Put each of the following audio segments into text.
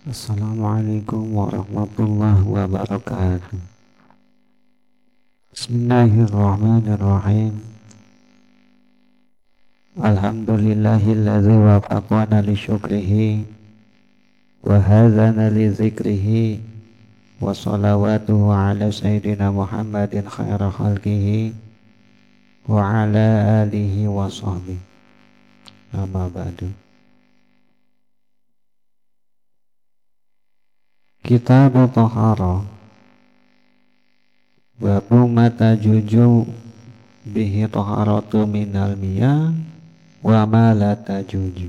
Assalamualaikum warahmatullahi wabarakatuh. Bismillahirrahmanirrahim. Alhamdulillahilladzi wafaqana li syukrihi wa hadzana li dzikrihi wa salawatuhu ala sayyidina Muhammadin khaira khalqihi wa ala alihi wa sahbihi. Amma ba'du. Kitab Thahara babu mata juju bihi taharatu minal miyah wa ma la tajuju.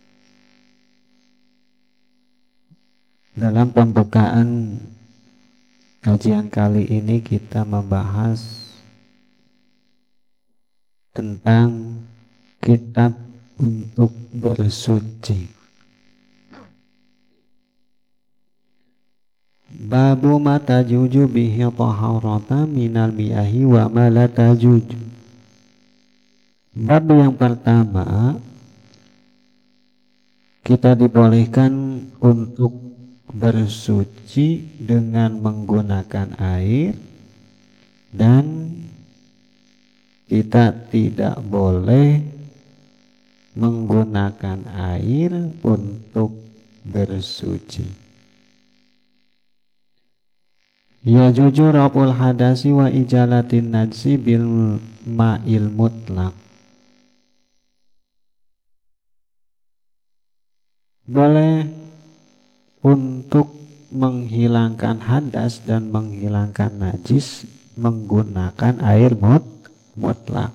Dalam pembukaan kajian kali ini kita membahas tentang kitab untuk bersuci. Babu mata juju bihi taharata minal miyahi wa ma la tajuju. Bab yang pertama, kita dibolehkan untuk bersuci dengan menggunakan air, dan kita tidak boleh menggunakan air untuk bersuci. Ya jujur raful hadasi wa ijalatin najsi bil ma'il mutlaq. Boleh untuk menghilangkan hadas dan menghilangkan najis menggunakan air mutlak.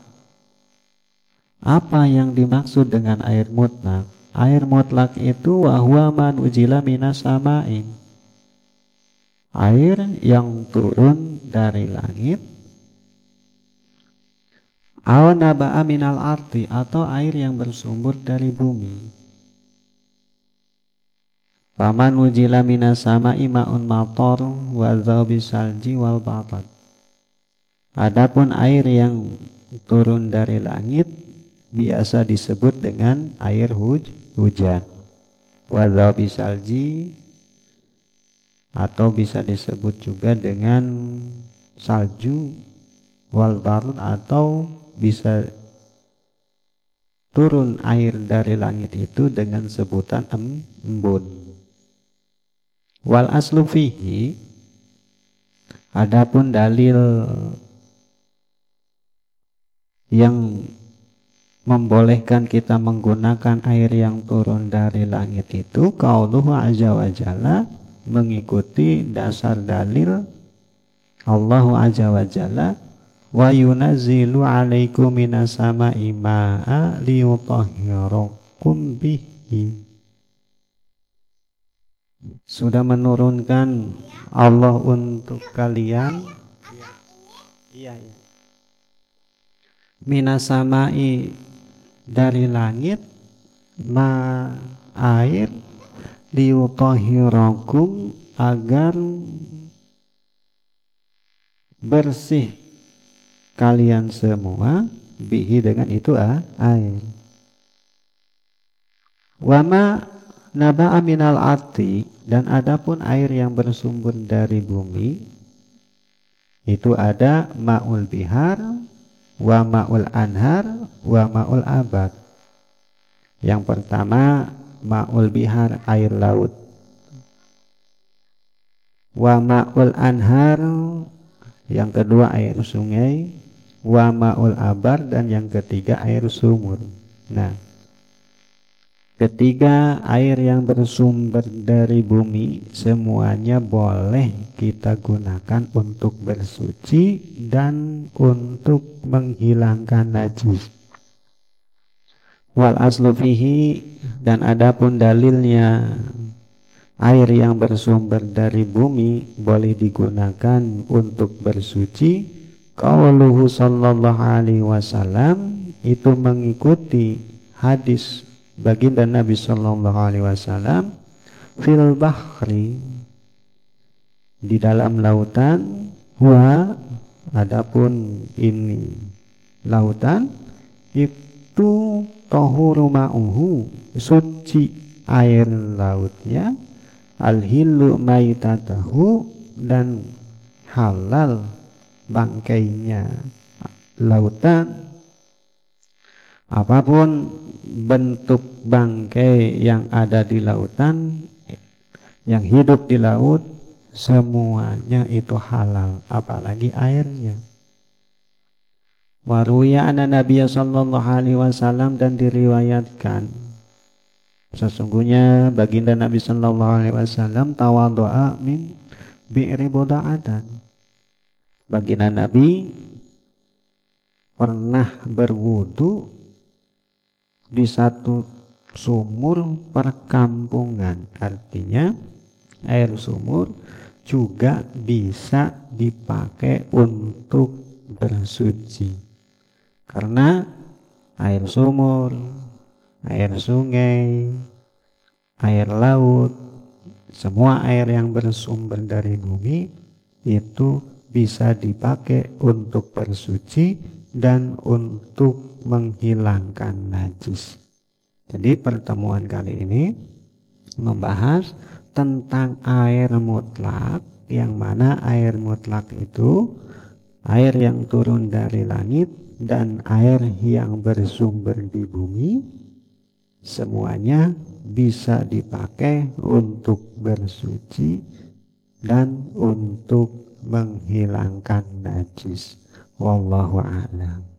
Apa yang dimaksud dengan air mutlak? Air mutlak itu wahwa man ujila minas sama'in, air yang turun dari langit, aw naba'a minal ardi, atau air yang bersumber dari bumi. Faman ujila minas sama'i ma'un matar wa dhabi salji wal batad. Adapun air yang turun dari langit biasa disebut dengan air hujan. Wa dhabi salji, atau bisa disebut juga dengan salju, wal barud, atau bisa turun air dari langit itu dengan sebutan embun. Wal aslu fihi, adapun dalil yang membolehkan kita menggunakan air yang turun dari langit itu qauluhu azza wa jalla, mengikuti dasar dalil Allah azza wa jalla, wa yunazzilu alaikum minas sama'i ma'a liyutahhirakum bihi. Sudah menurunkan Allah untuk kalian minas sama'i, dari langit, ma, air, liyutahhirakum, agar bersih kalian semua, bihi, dengan itu air. Wama naba'a minal ardi, dan adapun air yang bersumber dari bumi itu ada ma'ul bihar, wa ma'ul anhar, wa ma'ul abad. Yang pertama ma'ul bihar, air laut. Wa ma'ul anhar, yang kedua air sungai. Wa ma'ul abar, dan yang ketiga air sumur. Nah, ketiga air yang bersumber dari bumi semuanya boleh kita gunakan untuk bersuci dan untuk menghilangkan najis. Wal aslu fihi, dan adapun dalilnya air yang bersumber dari bumi boleh digunakan untuk bersuci, qauluhu sallallahu alaihi wasallam, itu mengikuti hadis baginda Nabi sallallahu alaihi wasallam, fil bahri, di dalam lautan, wa, adapun ini lautan, itu tahuru ma'uhu, suci air lautnya, al-hillu maitatahu, dan halal bangkainya lautan. Apapun bentuk bangkai yang ada di lautan, yang hidup di laut, semuanya itu halal, apalagi airnya. Waruya anna Nabiya sallallahu alaihi wasallam, dan diriwayatkan sesungguhnya baginda Nabi sallallahu alaihi wasallam tawadhu'a min bi'ri boda'atan. Baginda Nabi pernah berwudu di satu sumur perkampungan. Artinya air sumur juga bisa dipakai untuk bersuci. Karena air sumur, air sungai, air laut, semua air yang bersumber dari bumi itu bisa dipakai untuk bersuci dan untuk menghilangkan najis. Jadi pertemuan kali ini membahas tentang air mutlak, yang mana air mutlak itu air yang turun dari langit dan air yang bersumber di bumi, semuanya bisa dipakai untuk bersuci dan untuk menghilangkan najis. Wallahu a'lam.